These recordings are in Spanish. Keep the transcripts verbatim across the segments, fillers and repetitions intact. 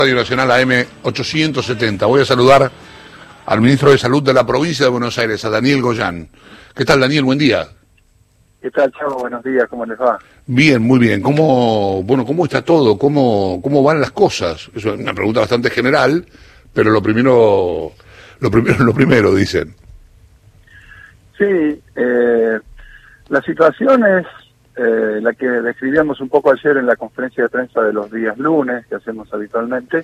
Radio Nacional A M ochocientos setenta. Voy a saludar al ministro de Salud de la provincia de Buenos Aires, a Daniel Goyan. ¿Qué tal, Daniel? Buen día. ¿Qué tal, Chavo? Buenos días, ¿cómo les va? Bien, muy bien. ¿Cómo, bueno, cómo está todo? ¿Cómo, cómo van las cosas? Es una pregunta bastante general, pero lo primero, lo primero, lo primero, dicen. Sí, eh, la situación es eh, la que describíamos un poco ayer en la conferencia de prensa de los días lunes, que hacemos habitualmente,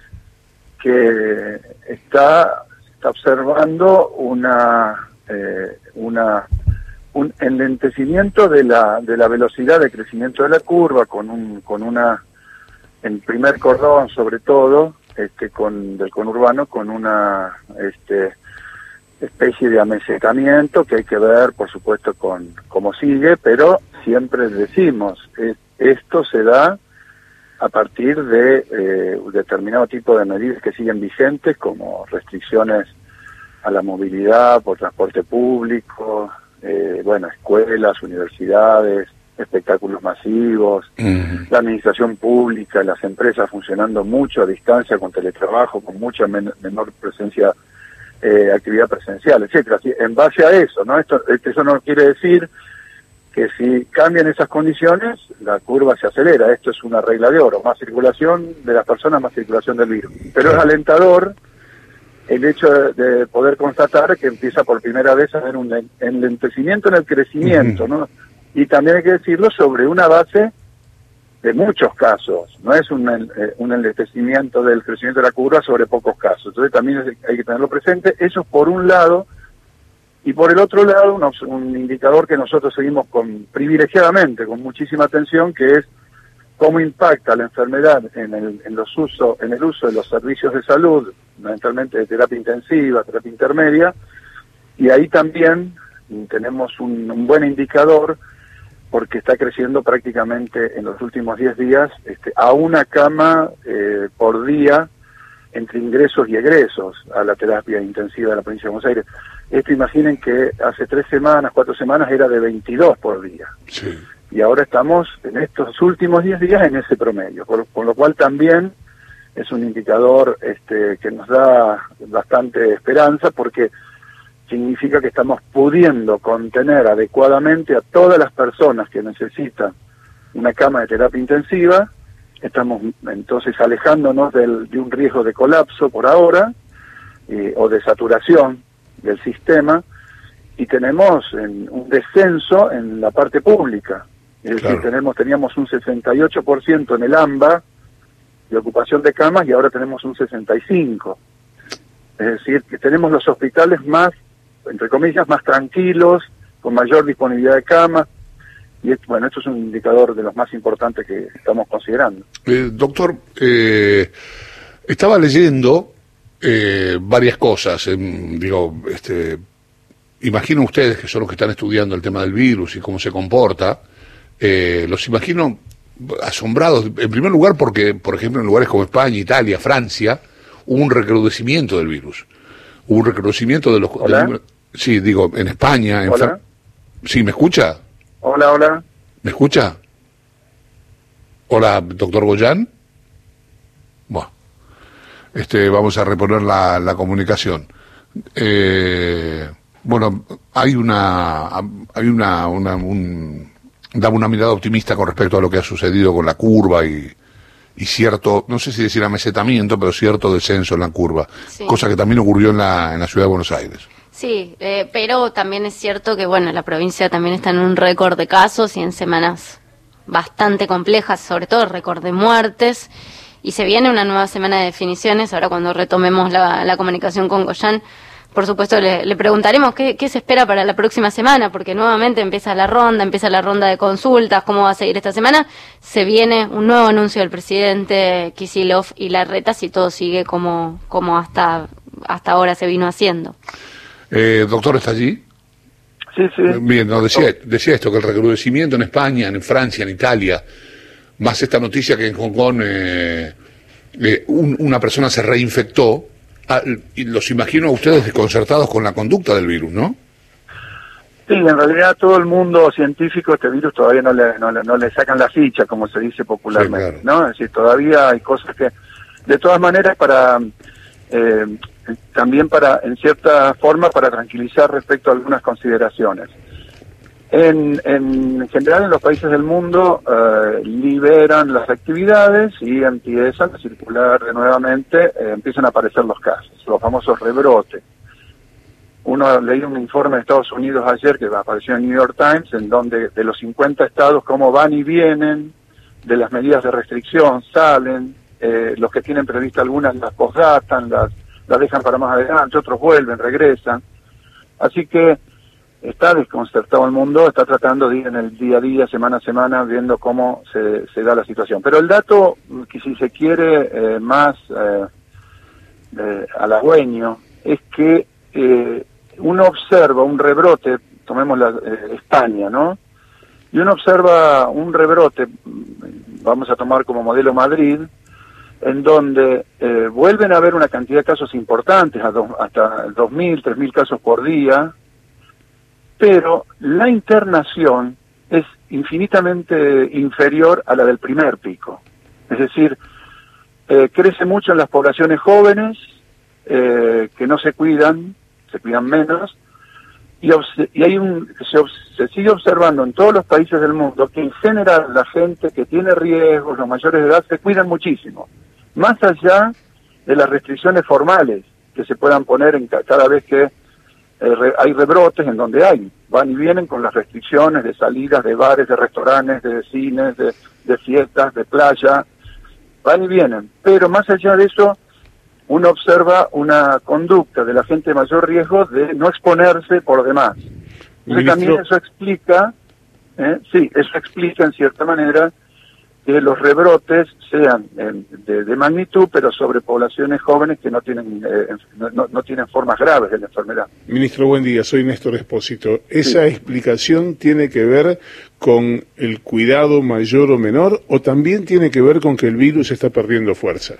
que está, está observando una, eh, una un enlentecimiento de la de la velocidad de crecimiento de la curva, con un con una en primer cordón sobre todo este con del conurbano, con una este especie de amesetamiento que hay que ver, por supuesto, con cómo sigue, pero siempre decimos, es, esto se da a partir de eh, un determinado tipo de medidas que siguen vigentes, como restricciones a la movilidad por transporte público, eh, bueno, escuelas, universidades, espectáculos masivos, uh-huh. La administración pública, las empresas funcionando mucho a distancia, con teletrabajo, con mucha men- menor presencia Eh, actividad presencial, etcétera. En base a eso, ¿no? Esto, eso no quiere decir que si cambian esas condiciones, la curva se acelera. Esto es una regla de oro. Más circulación de las personas, más circulación del virus. Pero es alentador el hecho de, de poder constatar que empieza por primera vez a haber un enlentecimiento en el crecimiento, ¿no? Y también hay que decirlo sobre una base de muchos casos, no es un, eh, un enlentecimiento del crecimiento de la curva sobre pocos casos. Entonces también hay que tenerlo presente. Eso por un lado, y por el otro lado, un, un indicador que nosotros seguimos con privilegiadamente, con muchísima atención, que es cómo impacta la enfermedad en el, en los uso, en el uso de los servicios de salud, fundamentalmente de terapia intensiva, terapia intermedia, y ahí también tenemos un, un buen indicador, porque está creciendo prácticamente en los últimos diez días este, a una cama eh, por día entre ingresos y egresos a la terapia intensiva de la provincia de Buenos Aires. Esto, imaginen que hace tres semanas, cuatro semanas era de veintidós por día. Sí. Y ahora estamos en estos últimos diez días en ese promedio, por, con lo cual también es un indicador este, que nos da bastante esperanza, porque significa que estamos pudiendo contener adecuadamente a todas las personas que necesitan una cama de terapia intensiva. Estamos entonces alejándonos del, de un riesgo de colapso por ahora, eh, o de saturación del sistema, y tenemos en, un descenso en la parte pública. Es claro. decir, tenemos, teníamos un sesenta y ocho por ciento en el AMBA de ocupación de camas y ahora tenemos un sesenta y cinco por ciento. Es decir, que tenemos los hospitales más, entre comillas, más tranquilos, con mayor disponibilidad de camas, y esto, bueno, esto es un indicador de los más importantes que estamos considerando. Eh, doctor, eh, estaba leyendo eh, varias cosas, eh, digo, este, imagino ustedes que son los que están estudiando el tema del virus y cómo se comporta, eh, los imagino asombrados, en primer lugar porque, por ejemplo, en lugares como España, Italia, Francia, hubo un recrudecimiento del virus. Hubo un recrudecimiento de los... ¿Hola? De, sí, digo, en España... En ¿Hola? Fra... Sí, ¿me escucha? Hola, hola. ¿Me escucha? Hola, doctor Goyan. Bueno, este, vamos a reponer la, la comunicación. Eh, bueno, hay una... Hay una... una un, dame una mirada optimista con respecto a lo que ha sucedido con la curva y... y cierto, no sé si decir amesetamiento, pero cierto descenso en la curva, sí. Cosa que también ocurrió en la en la ciudad de Buenos Aires. Sí, eh, pero también es cierto que, bueno, la provincia también está en un récord de casos y en semanas bastante complejas, sobre todo récord de muertes, y se viene una nueva semana de definiciones. Ahora, cuando retomemos la, la comunicación con Goyan, por supuesto le, le preguntaremos qué, qué se espera para la próxima semana, porque nuevamente empieza la ronda, empieza la ronda de consultas, cómo va a seguir esta semana. Se viene un nuevo anuncio del presidente Kicillof y Larreta, si todo sigue como, como hasta, hasta ahora se vino haciendo. Eh, doctor, ¿está allí? Sí, sí. Bien, no, decía, decía esto, que el recrudecimiento en España, en Francia, en Italia, más esta noticia que en Hong Kong eh, eh, un, una persona se reinfectó. Ah, y los imagino a ustedes desconcertados con la conducta del virus, ¿no? Sí, en realidad todo el mundo científico este virus todavía no le, no, no le sacan la ficha, como se dice popularmente, sí, claro. ¿no? Es decir, todavía hay cosas que De todas maneras, para eh, también para, en cierta forma, para tranquilizar respecto a algunas consideraciones. En, en general, en los países del mundo eh, liberan las actividades y empiezan a circular nuevamente, eh, empiezan a aparecer los casos, los famosos rebrotes. Uno leí un informe de Estados Unidos ayer que apareció en New York Times, en donde de los cincuenta estados, cómo van y vienen de las medidas de restricción, salen, eh, los que tienen prevista algunas las posdatan, las, las dejan para más adelante, otros vuelven, regresan. Así que está desconcertado el mundo, está tratando de ir en el día a día, semana a semana, viendo cómo se, se da la situación. Pero el dato, que si se quiere, eh, más eh, eh, halagüeño, es que eh, uno observa un rebrote, tomemos la, eh, España, ¿no? Y uno observa un rebrote, vamos a tomar como modelo Madrid, en donde eh, vuelven a haber una cantidad de casos importantes, a do, hasta dos mil, tres mil casos por día, pero la internación es infinitamente inferior a la del primer pico. Es decir, eh, crece mucho en las poblaciones jóvenes, eh, que no se cuidan, se cuidan menos, y, y hay un se, se sigue observando en todos los países del mundo que en general la gente que tiene riesgos, los mayores de edad, se cuidan muchísimo, más allá de las restricciones formales que se puedan poner en ca cada vez que eh, re hay rebrotes, en donde hay, van y vienen con las restricciones de salidas, de bares, de restaurantes, de cines, de, de fiestas, de playa, van y vienen, pero más allá de eso, uno observa una conducta de la gente de mayor riesgo de no exponerse por demás. Entonces también eso explica, ¿eh? sí, eso explica en cierta manera que los rebrotes sean eh, de, de magnitud, pero sobre poblaciones jóvenes que no tienen eh, no, no tienen formas graves de la enfermedad. Ministro, buen día, soy Néstor Espósito. ¿Esa sí. explicación tiene que ver con el cuidado mayor o menor, o también tiene que ver con que el virus está perdiendo fuerza?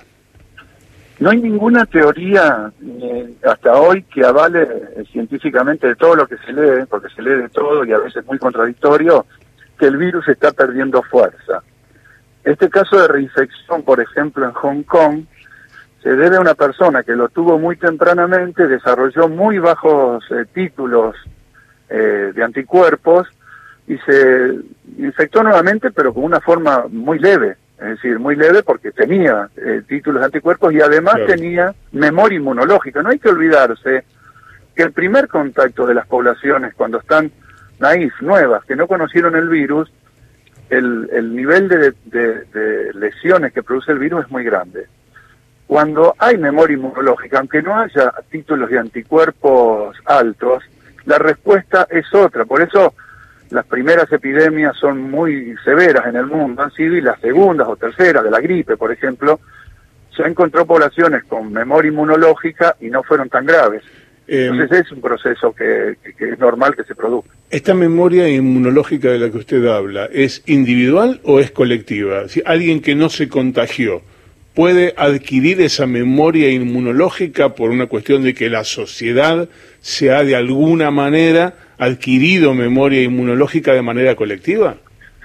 No hay ninguna teoría eh, hasta hoy que avale eh, científicamente de todo lo que se lee, porque se lee de todo y a veces muy contradictorio, que el virus está perdiendo fuerza. Este caso de reinfección, por ejemplo, en Hong Kong, se debe a una persona que lo tuvo muy tempranamente, desarrolló muy bajos eh, títulos eh, de anticuerpos y se infectó nuevamente, pero con una forma muy leve. Es decir, muy leve porque tenía eh, títulos de anticuerpos y además claro. tenía memoria inmunológica. No hay que olvidarse que el primer contacto de las poblaciones cuando están naif, nuevas, que no conocieron el virus, el, el nivel de, de, de lesiones que produce el virus es muy grande. Cuando hay memoria inmunológica, aunque no haya títulos de anticuerpos altos, la respuesta es otra. Por eso las primeras epidemias son muy severas en el mundo, han sido, y las segundas o terceras, de la gripe, por ejemplo, se encontró poblaciones con memoria inmunológica y no fueron tan graves. Eh, Entonces es un proceso que, que, que es normal que se produzca. ¿Esta memoria inmunológica de la que usted habla es individual o es colectiva? Si alguien que no se contagió puede adquirir esa memoria inmunológica por una cuestión de que la sociedad se ha de alguna manera adquirido memoria inmunológica de manera colectiva?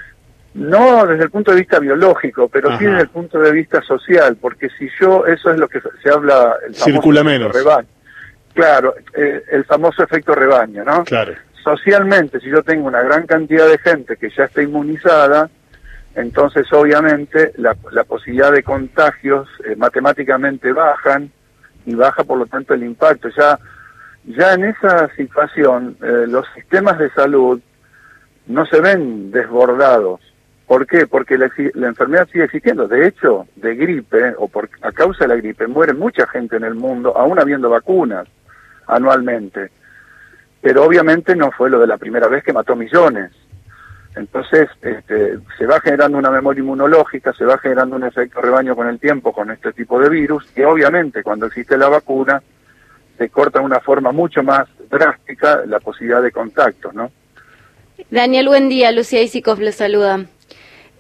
No desde el punto de vista biológico, pero Ajá. sí desde el punto de vista social, porque si yo, eso es lo que se habla, el circula menos. Rebaño. Claro, eh, el famoso efecto rebaño, ¿no? Claro. Socialmente, si yo tengo una gran cantidad de gente que ya está inmunizada, entonces obviamente la, la posibilidad de contagios eh, matemáticamente bajan y baja por lo tanto el impacto. Ya Ya en esa situación, eh, los sistemas de salud no se ven desbordados. ¿Por qué? Porque la, la enfermedad sigue existiendo. De hecho, de gripe, o por, a causa de la gripe, muere mucha gente en el mundo, aún habiendo vacunas anualmente. Pero obviamente no fue lo de la primera vez que mató millones. Entonces, este, se va generando una memoria inmunológica, se va generando un efecto rebaño con el tiempo con este tipo de virus, y obviamente cuando existe la vacuna, se corta de una forma mucho más drástica la posibilidad de contactos, ¿no? Daniel, buen día. Lucía Isikoff lo saluda.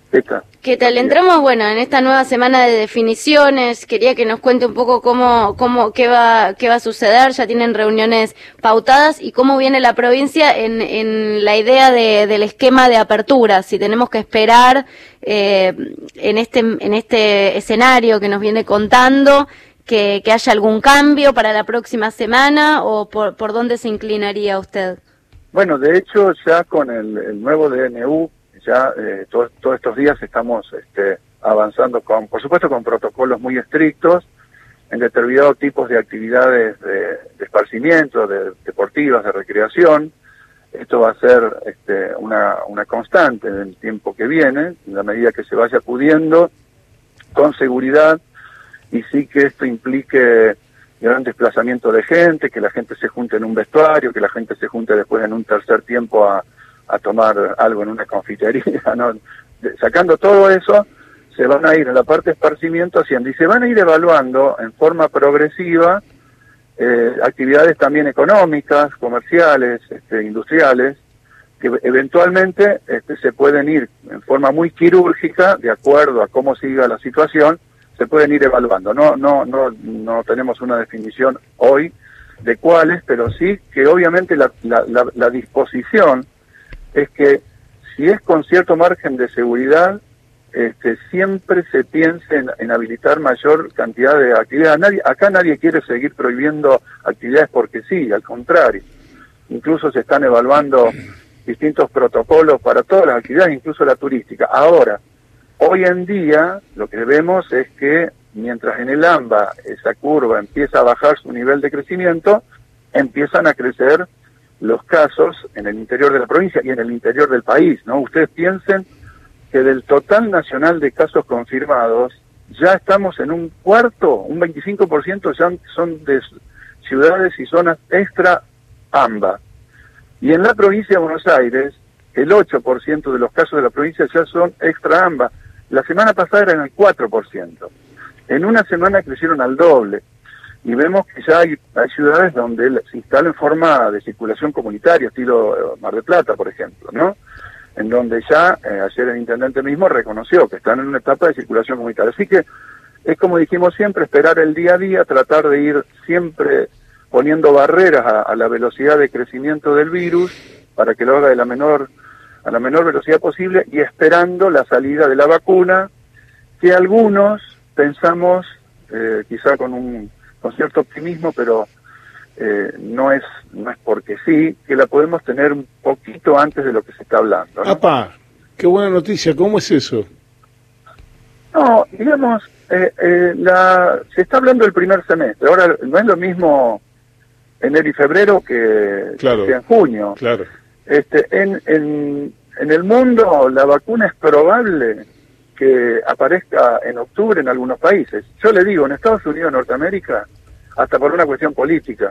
¿Qué tal? ¿Qué tal? Entramos, bueno, en esta nueva semana de definiciones. Quería que nos cuente un poco cómo, cómo, qué va, qué va a suceder. Ya tienen reuniones pautadas y cómo viene la provincia en, en la idea de, del esquema de apertura. Si tenemos que esperar eh, en este, en este escenario que nos viene contando que, que haya algún cambio para la próxima semana o por, por dónde se inclinaría usted. Bueno, de hecho, ya con el, el nuevo D N U. Ya eh, todos todo estos días estamos este, avanzando con, por supuesto, con protocolos muy estrictos en determinados tipos de actividades de, de esparcimiento, de deportivas, de recreación. Esto va a ser este, una, una constante en el tiempo que viene, en la medida que se vaya pudiendo, con seguridad, y sí que esto implique gran desplazamiento de gente, que la gente se junte en un vestuario, que la gente se junte después en un tercer tiempo a a tomar algo en una confitería, ¿no? Sacando todo eso, se van a ir en la parte de esparcimiento haciendo, y se van a ir evaluando en forma progresiva eh, actividades también económicas, comerciales, este, industriales, que eventualmente este, se pueden ir en forma muy quirúrgica, de acuerdo a cómo siga la situación, se pueden ir evaluando. No, no, no, no tenemos una definición hoy de cuáles, pero sí que obviamente la, la, la, la disposición es que si es con cierto margen de seguridad, este, siempre se piense en, en habilitar mayor cantidad de actividades. Nadie, acá nadie quiere seguir prohibiendo actividades porque sí, al contrario. Incluso se están evaluando distintos protocolos para todas las actividades, incluso la turística. Ahora, hoy en día, lo que vemos es que mientras en el AMBA esa curva empieza a bajar su nivel de crecimiento, empiezan a crecer los casos en el interior de la provincia y en el interior del país, ¿no? Ustedes piensen que del total nacional de casos confirmados, ya estamos en un cuarto, un veinticinco por ciento ya son de ciudades y zonas extra AMBA. Y en la provincia de Buenos Aires, el ocho por ciento de los casos de la provincia ya son extra AMBA. La semana pasada eran el cuatro por ciento. En una semana crecieron al doble. Y vemos que ya hay, hay ciudades donde se instala en forma de circulación comunitaria, estilo Mar del Plata, por ejemplo, ¿no? En donde ya, eh, ayer el intendente mismo reconoció que están en una etapa de circulación comunitaria. Así que es como dijimos siempre, esperar el día a día, tratar de ir siempre poniendo barreras a, a la velocidad de crecimiento del virus, para que lo haga de la menor, a la menor velocidad posible, y esperando la salida de la vacuna, que algunos pensamos, eh, quizá con un con cierto optimismo, pero eh, no es no es porque sí, que la podemos tener un poquito antes de lo que se está hablando, ¿no? ¡Apa! ¡Qué buena noticia! ¿Cómo es eso? No, digamos, eh, eh, la, se está hablando del primer semestre. Ahora, no es lo mismo enero y febrero que, claro, que en junio. Claro. Este, en, en, en el mundo, la vacuna es probable que aparezca en octubre en algunos países. Yo le digo, en Estados Unidos, Norteamérica, hasta por una cuestión política,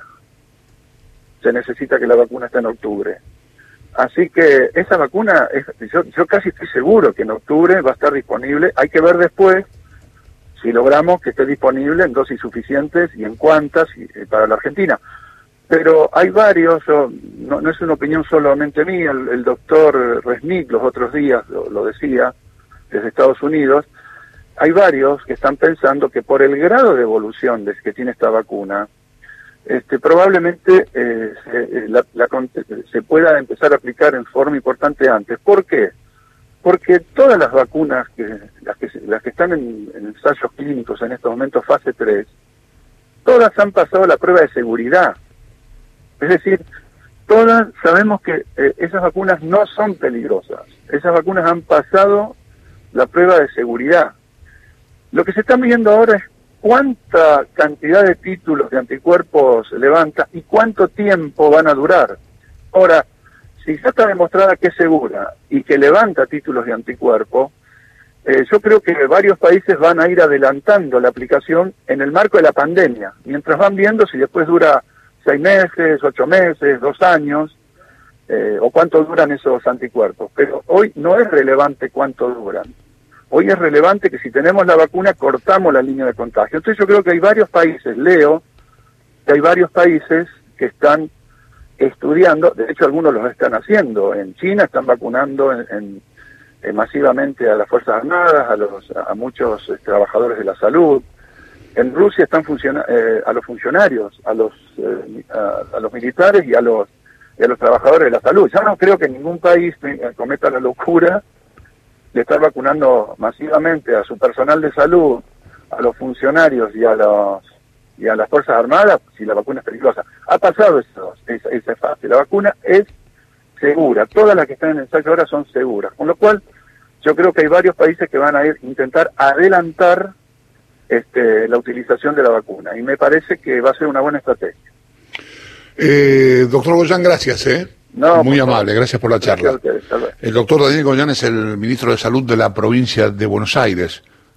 se necesita que la vacuna esté en octubre. Así que esa vacuna, es, yo, yo casi estoy seguro que en octubre va a estar disponible. Hay que ver después si logramos que esté disponible en dosis suficientes y en cuántas y, y para la Argentina. Pero hay varios, yo, no, no es una opinión solamente mía, el, el doctor Resnick los otros días lo, lo decía, desde Estados Unidos, hay varios que están pensando que por el grado de evolución de que tiene esta vacuna, este, probablemente eh, se, la, la, se pueda empezar a aplicar en forma importante antes. ¿Por qué? Porque todas las vacunas, que las que, las que están en, en ensayos clínicos en estos momentos, fase tres, todas han pasado la prueba de seguridad. Es decir, todas sabemos que eh, esas vacunas no son peligrosas. Esas vacunas han pasado la prueba de seguridad. Lo que se está midiendo ahora es cuánta cantidad de títulos de anticuerpos levanta y cuánto tiempo van a durar. Ahora, si ya está demostrada que es segura y que levanta títulos de anticuerpo, eh, yo creo que varios países van a ir adelantando la aplicación en el marco de la pandemia, mientras van viendo si después dura seis meses, ocho meses, dos años, eh, o cuánto duran esos anticuerpos. Pero hoy no es relevante cuánto duran. Hoy es relevante que si tenemos la vacuna cortamos la línea de contagio. Entonces yo creo que hay varios países, leo, que hay varios países que están estudiando, de hecho algunos los están haciendo, en China están vacunando en, en, eh, masivamente a las Fuerzas Armadas, a los a muchos eh, trabajadores de la salud. En Rusia están funciona eh, a los funcionarios, a los eh, a, a los militares y a los y a los trabajadores de la salud. Ya no creo que ningún país cometa la locura de estar vacunando masivamente a su personal de salud, a los funcionarios y a los y a las Fuerzas Armadas si la vacuna es peligrosa. Ha pasado eso, esa, esa fase. La vacuna es segura. Todas las que están en el ensayo ahora son seguras. Con lo cual, yo creo que hay varios países que van a ir intentar adelantar este, la utilización de la vacuna. Y me parece que va a ser una buena estrategia. Eh, doctor Goyán, gracias, ¿eh? No, muy por amable, favor. gracias por la charla. Gracias a ustedes. El doctor Daniel Goyán es el ministro de Salud de la provincia de Buenos Aires.